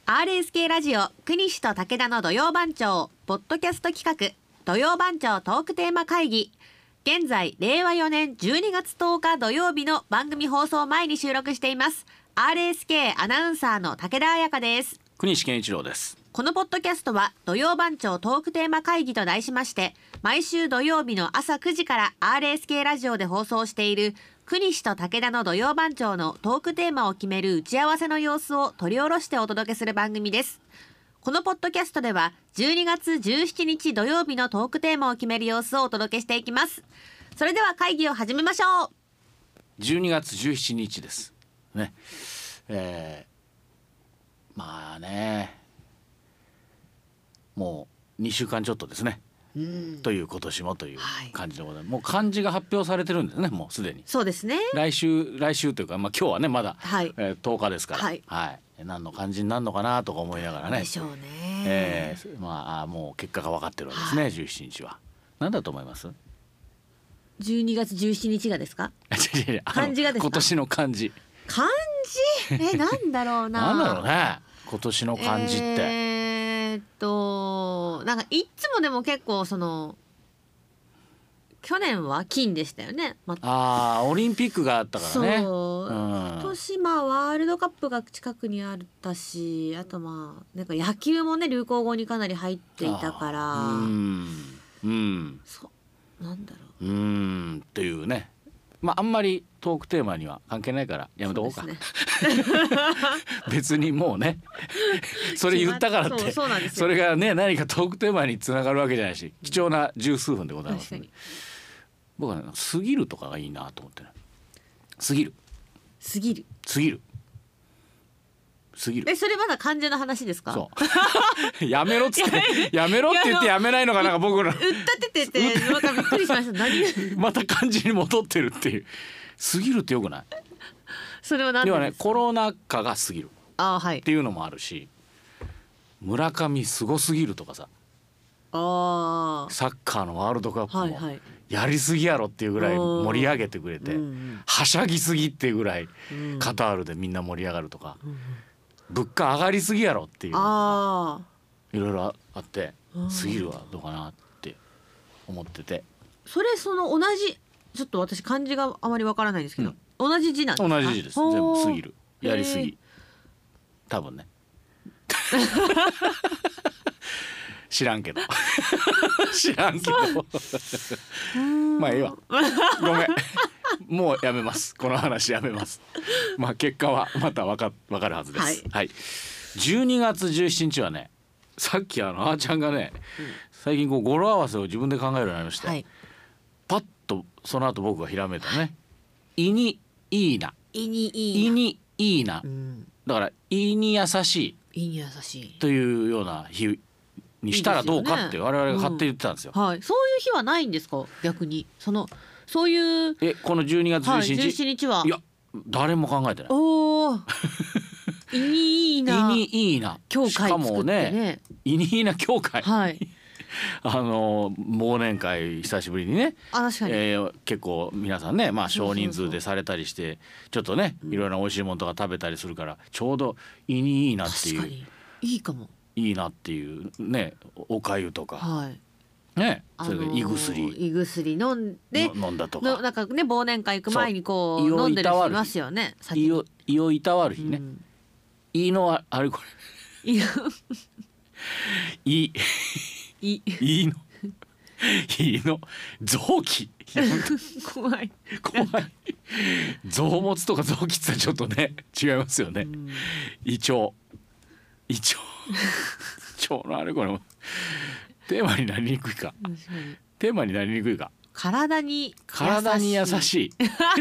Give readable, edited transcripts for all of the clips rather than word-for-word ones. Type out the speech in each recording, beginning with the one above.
RSK ラジオ国西と武田の土曜番長ポッドキャスト企画土曜番長トークテーマ会議。現在令和4年12月10日土曜日の番組放送前に収録しています。 RSK アナウンサーの武田彩香です。 国西健一郎です。 このポッドキャストは土曜番長トークテーマ会議と題しまして、毎週土曜日の朝9時から RSK ラジオで放送している国西と武田の土曜番長のトークテーマを決める打ち合わせの様子を取り下ろしてお届けする番組です。このポッドキャストでは12月17日土曜日のトークテーマを決める様子をお届けしていきます。それでは会議を始めましょう。 12月17日ですね。まあね、もう2週間ちょっとですね、という今年もという感じでございます。もう漢字が発表されてるんですね、もうすでに。 そうですね。 来週というか、今日はねまだ、10日ですから、 はい何の漢字になるのかなとか思いながらね。 でしょうね。 もう結果が分かってるわけですね、17日は。何だと思います？ 12月17日がですか？漢字がですか？ 今年の漢字。 漢字？なんだろうな。 なんだろうね、今年の漢字って。 なんかいつもでも結構去年は金でしたよね。 オリンピックがあったからね。 今年ワールドカップが近くにあったし、あとなんか野球もね流行語にかなり入っていたから、なんだろうっていうね。あんまりトークテーマには関係ないからやめとこうか。別にもうねそれ言ったからってそれがね何かトークテーマにつながるわけじゃないし、貴重な十数分でございます。僕はね、過ぎるとかがいいなと思ってね。過ぎる過ぎる過ぎる過ぎる。 それまだ漢字の話ですか？ そうやめろっつってやめろって言ってやめないのがなんか僕ら訴っててなんかびっくりしました。何また漢字に戻ってるっていう。過ぎるってよくない？ それは何でですか？ 要はね、コロナ禍が過ぎるっていうのもあるし、村上すごすぎるとかさ、サッカーのワールドカップもやりすぎやろっていうぐらい盛り上げてくれて、はしゃぎすぎっていうぐらいカタールでみんな盛り上がるとか、物価上がりすぎやろっていうのがいろいろあって、過ぎるはどうかなって思ってて。 それ同じ、ちょっと私漢字があまりわからないんですけど、同じ字なんですか？ 同じ字です。全部過ぎる、やりすぎ、多分ね知らんけど知らんけどまあいいわ、ごめんもうやめます、この話やめます。結果はまたわかるはずです。12月17日はね、さっきあーちゃんがね、最近語呂合わせを自分で考えるようになりまして、パッとその後僕がひらめいたね。胃にいいな、胃にいいな、だから胃に優しいというような日にしたらどうかって我々が勝手に言ってたんですよ。 そういう日はないんですか？逆にそういうこの12月17日、 はいや誰も考えてない。 胃にいいな、 胃にいいな協会作ってね。 しかもね、胃にいいな協会、忘年会久しぶりにね、 確かに結構皆さんね、少人数でされたりしてちょっとね、いろいろな美味しいものとか食べたりするから、ちょうど胃にいいなっていう、 確かにいいかも、 いいなっていうね、おかゆとか、ね、それから胃薬飲んだとか、 なんかね、忘年会行く前に飲んでる人いますよね。 胃をいたわる日ね、胃のあれこれ胃の臓器怖い臓物とか臓器ってちょっとね違いますよね。胃腸のあれこれもテーマになりにくいか体に優しい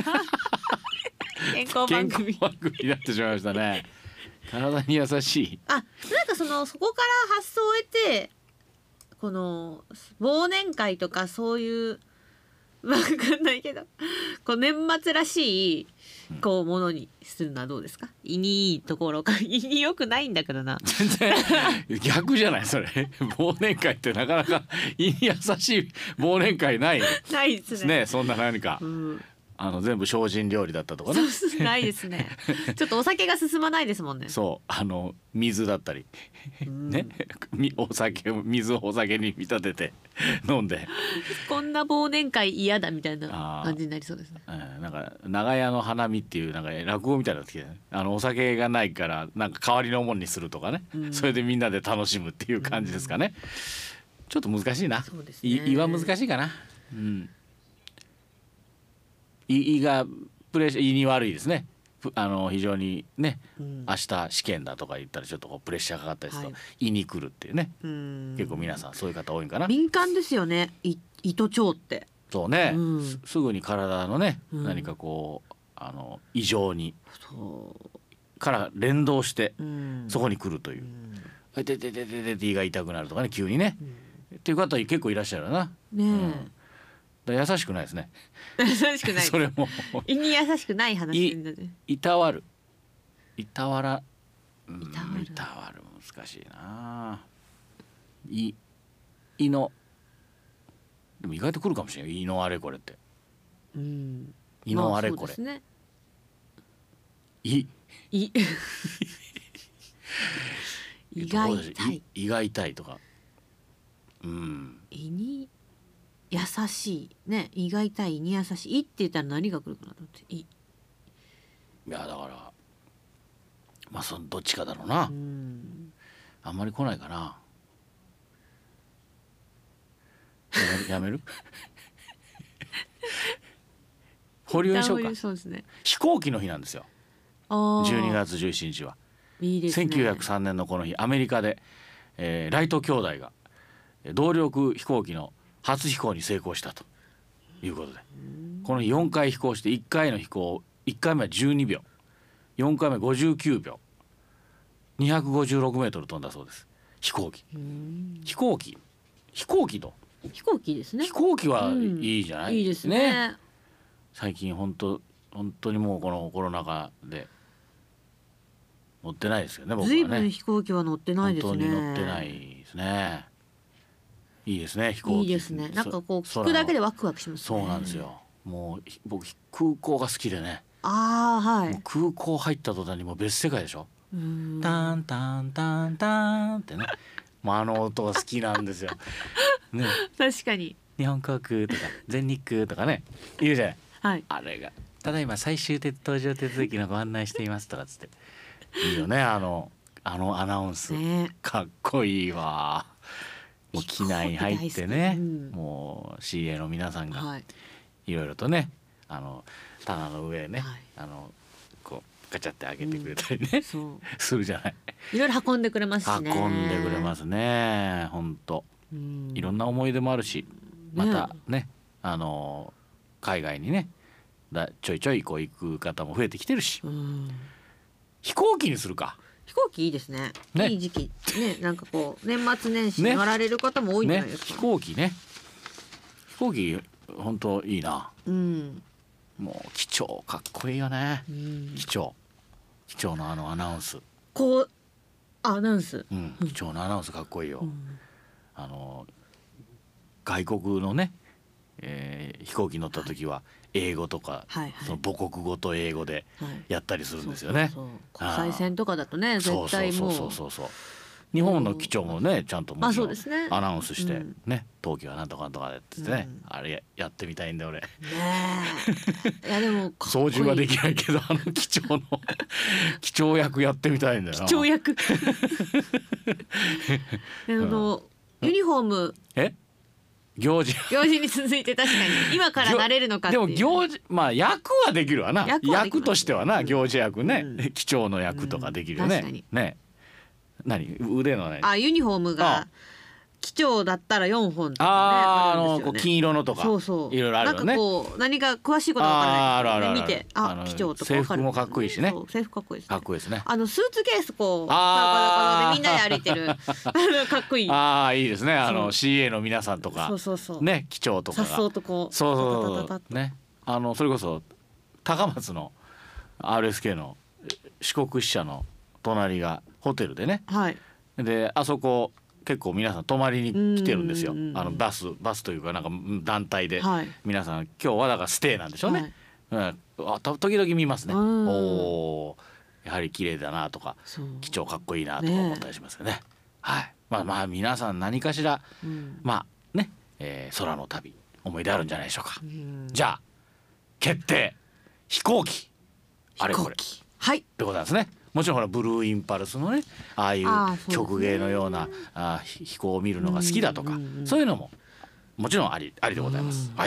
健康番組になってしまいましたね。体に優しい。 なんかそこから発想を得て、この忘年会とかそういう分かんないけど年末らしいものにするのはどうですか？胃にいいところか。胃に良くないんだけどな。 全然逆じゃないそれ。忘年会ってなかなか胃に優しい忘年会ないですね。 そんな何か、 全部精進料理だったとかね。 そうないですね。ちょっとお酒が進まないですもんね。 そう水だったりね、水をお酒に見立てて飲んで、 こんな忘年会嫌だみたいな感じになりそうですね。 なんか長屋の花見っていうなんか落語みたいなのが来て、ね、お酒がないからなんか代わりのものにするとかね、それでみんなで楽しむっていう感じですかね。ちょっと難しいな。 そうですね。 胃は難しいかな。胃が胃に悪いですね。非常にね、明日試験だとか言ったらちょっとプレッシャーかかったりすると、胃に来るっていうね。結構皆さんそういう方多いんかな。 敏感ですよね、胃と腸って。 そうね、すぐに体のね、何かこう異常にから連動して、そこに来るという、で胃が痛くなるとかね、急にね、っていう方結構いらっしゃるな。優しくないですね。 優しくない。 それも胃に優しくない話になる。 いたわる難しいな。胃のでも意外と来るかもしれない。胃のあれこれって、胃のあれこれ、胃胃が痛いとか、 胃に優しいね、胃が痛い、胃に優しい。胃って言ったら何が来るかなと思って。いやだからそのどっちかだろうな。あんまり来ないかな。やめる保留にしようか。 そうですね。 飛行機の日なんですよ。12月17日は。 いいですね。 1903年のこの日、アメリカで、ライト兄弟が動力飛行機の初飛行に成功したということで、この日4回飛行して、1回の飛行、1回目は12秒、4回目59秒、256メートル飛んだそうです。飛行機ですね。 飛行機はいいじゃない、 いいですね。 最近本当にもうこのコロナ禍で乗ってないですよね、僕はね。 随分飛行機は乗ってないですね。 本当に乗ってないですね。いいですね、飛行機。 いいですね。なんかこう聞くだけでワクワクしますね。 そうなんですよ。もう僕空港が好きでね。 はい。 もう空港入った途端にもう別世界でしょ。タンタンタンタンってね。もう音が好きなんですよ。ね。 確かに。 日本航空とか全日空とかね、言うじゃない。 はい。 あれがただいま最終搭乗手続きのご案内していますとかつって。いいよね、あのアナウンス、かっこいいわ。もう機内に入ってね、もう CA の皆さんがいろいろとね、棚の上ね、こうガチャって開けてくれたりね、するじゃない。 いろいろ運んでくれますしね。 運んでくれますね。本当。いろんな思い出もあるし、またね、海外にねちょいちょいこう行く方も増えてきてるし、飛行機にするか。 飛行機いいですね。いい時期ね。なんかこう年末年始に乗られる方も多いんじゃないですか。 飛行機本当いいな。もう機長かっこいいよね。機長のアナウンス。 アナウンス。 機長のアナウンスかっこいいよ。外国のね、飛行機乗った時は英語とか、その母国語と英語でやったりするんですよね。 国際線とかだとね、絶対もう。 日本の機長もねちゃんともちろんアナウンスしてね、東京はなんとかなんとかでってね、あれやってみたいんだ俺。 いやでも操縦はできないけど機長役やってみたいんだよな。 機長役。ユニフォーム。 行事に続いて確かに今からなれるのかっていう。 でも役はできるわな。役としてはな、行事役ね、機長の役とかできるよね。何腕のね。 ユニフォームが機長だったら4本とかね。 金色のとか。いろいろあるよね。 なんかこう何か詳しいことわからない。見て機長とか。 制服もかっこいいしね。 制服かっこいいです。 かっこいいですね。 スーツケースこうでみんなで歩いてるかっこいい。 いいですね。CA の皆さんとかね、機長とかがさっそうとこう。 そうね。それこそ高松の RSK の四国支社の隣がホテルでね。であそこ結構皆さん泊まりに来てるんですよ。バスというかなんか団体で皆さん今日はだからステイなんでしょうね。 時々見ますね。 うんおやはり綺麗だなとかそう貴重かっこいいなとか思ったりしますよね。はい。まあ皆さん何かしら、まあね、空の旅思い出あるんじゃないでしょうか。じゃあ決定、飛行機あれこれはいってことなんですね。もちろんほらブルーインパルスのね、ああいう曲芸のような飛行を見るのが好きだとか、そういうのももちろんありでございます。はい。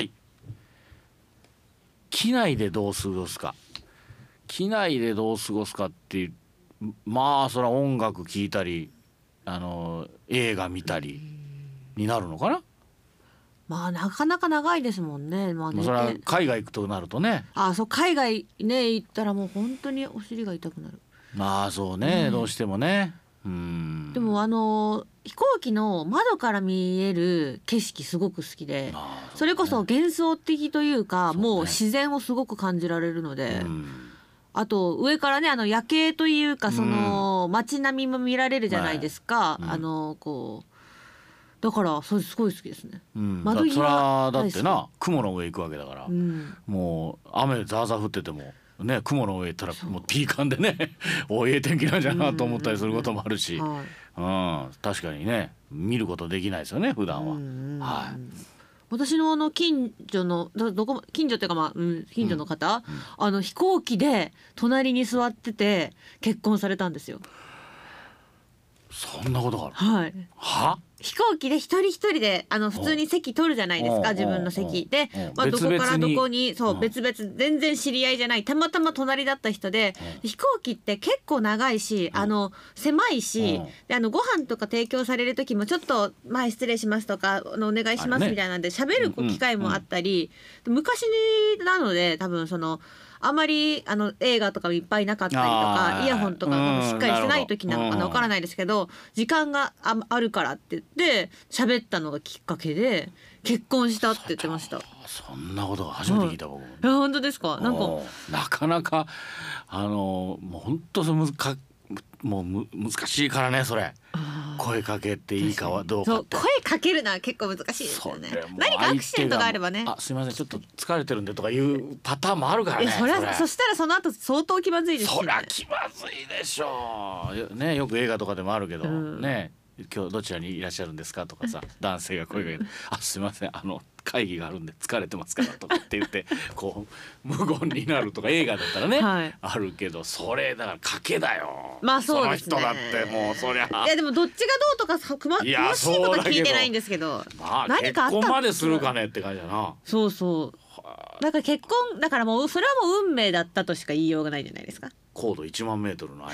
機内でどう過ごすか、機内でどう過ごすかっていう、まあそれは音楽聴いたり映画見たりになるのかな。 まあなかなか長いですもんね。まあね、 それは海外行くとなるとね。 そう海外ね行ったらもう本当にお尻が痛くなる。 まあそうね、どうしてもね。 でも飛行機の窓から見える景色すごく好きで、それこそ幻想的というか、もう自然をすごく感じられるので、あと上からね夜景というかその街並みも見られるじゃないですか。こうだからそれすごい好きですね。 窓際だってな、雲の上行くわけだから、もう雨ザーザー降っててもね、雲の上行ったらもうピーカンでねおええ天気なんじゃなと思ったりすることもあるし、確かにね見ることできないですよね普段は。はい。 私の近所の近所っていうか近所の方、飛行機で隣に座ってて結婚されたんですよ。 そんなことがある。 はい。 は？ 飛行機で一人一人で普通に席取るじゃないですか、自分の席で、どこからどこに別々、全然知り合いじゃない、たまたま隣だった人で、飛行機って結構長いし狭いし、でご飯とか提供される時もちょっと前失礼しますとかお願いしますみたいなんで喋る機会もあったり、昔なので多分あまり映画とかもいっぱいなかったりとかイヤホンとかしっかりしてない時なのかなわからないですけど、時間があるからって言って喋ったのがきっかけで結婚したって言ってました。 そんなことが初めて聞いた僕も。 本当ですか。 なかなかもう本当もう難しいからねそれ。声かけていいかはどうかって。 声かけるのは結構難しいですよね。何かアクシデントがあればね、 すいませんちょっと疲れてるんでとかいうパターンもあるからね。 そしたらその後相当気まずいですしね。 そりゃ気まずいでしょうね。よく映画とかでもあるけど、ね、今日どちらにいらっしゃるんですかとかさ、男性が声かけてすいません会議があるんで疲れてますからとかって言ってこう無言になるとか映画だったらね、あるけど、それだから賭けだよ。 そうですね。 その人だってもうそりゃ。 いやでもどっちがどうとか詳しいこと聞いてないんですけど、 何かあった結婚までするかねって感じだな。 だから結婚だからもうそれはもう運命だったとしか言いようがないじゃないですか。 高度1万メートルの愛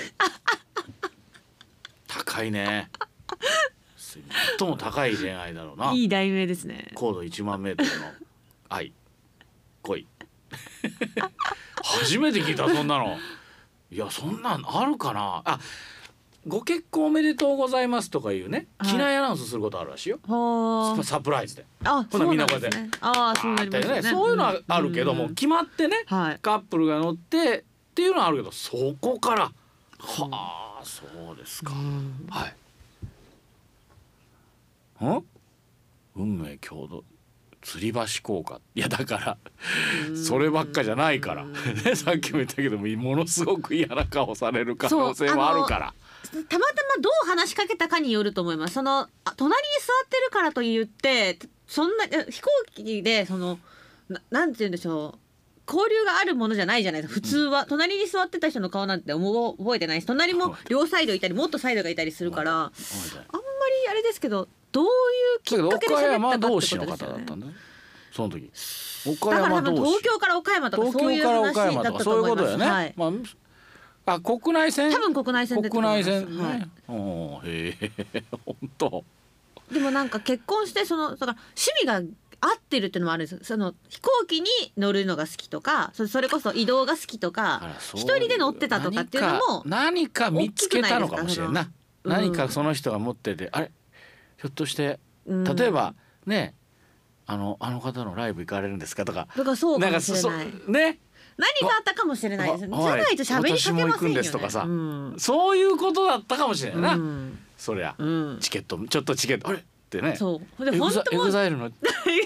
高いね。最も高い恋愛だろうな。 いい題名ですね。 高度1万メートルの愛恋初めて聞いたそんなの。いやそんなんあるかな。ご結婚おめでとうございますとかいうね、機内アナウンスすることあるらしいよ。サプライズで。 そうなんですね。 そういうのはあるけども、決まってね、カップルが乗ってっていうのはあるけど、そこからそうですか。はい。運命共同吊り橋効果。いやだからそればっかじゃないからね、さっきも言ったけどものすごく嫌な顔される可能性もあるから。 たまたまどう話しかけたかによると思います。隣に座ってるからと言ってそんな飛行機でなんて言うんでしょう、交流があるものじゃないじゃないですか普通は。隣に座ってた人の顔なんて覚えてないし、隣も両サイドいたりもっとサイドがいたりするから、あんまりあれですけど、どういうきっかけで喋ったかってことですよね。 岡山同士の方だったんだその時。 だから東京から岡山とかそういう話だったと思います。そういうことだよね。 国内線。 多分国内線で。 国内線ね。本当。 でもなんか結婚してだから趣味が合ってるっていうのもあるんです。飛行機に乗るのが好きとか、それこそ移動が好きとか、一人で乗ってたとかっていうのも何か見つけたのかもしれんな。何かその人が持ってて、あれひょっとして例えばね、あの方のライブ行かれるんですかとか。 そうかもしれないね。何があったかもしれないですね。じゃないと喋りかけませんよね。私も行くんですとかさ、 そういうことだったかもしれないな。そりゃチケットちょっとチケットあれってね。 そう。でエグザイルの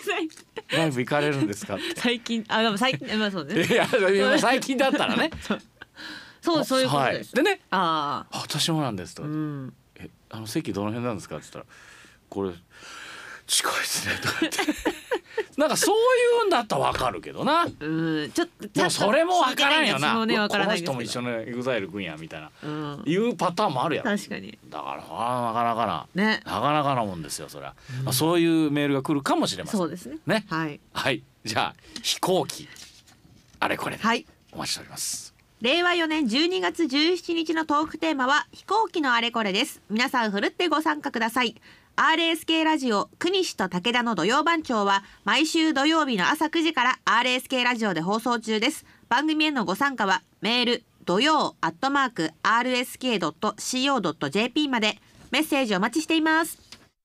ライブ行かれるんですかって最近でも最近まあそうね。 いや最近だったらねそういうことです。 はい、でねああ。 私もなんですと、席どの辺なんですかって言ったらこれ近いですねとか言ってなんかそういうんだったらわかるけどな。 ちょっとでもそれもわからんよな。 もね、わからないですけどこの人も一緒のエグザイル君やみたいな、いうパターンもあるやん。 確かに。 だからなかなかな、 ね、 なかなかなもんですよそれは、そういうメールが来るかもしれません。 そうですね。 ね。 はい。 はい。じゃあ飛行機あれこれでお待ちしております。 令和4年12月17日のトークテーマは飛行機のあれこれです。皆さんふるってご参加ください。RSK ラジオ国西と武田の土曜番長は毎週土曜日の朝9時から RSK ラジオで放送中です。番組へのご参加はメール土曜@rsk.co.jp まで。メッセージお待ちしています。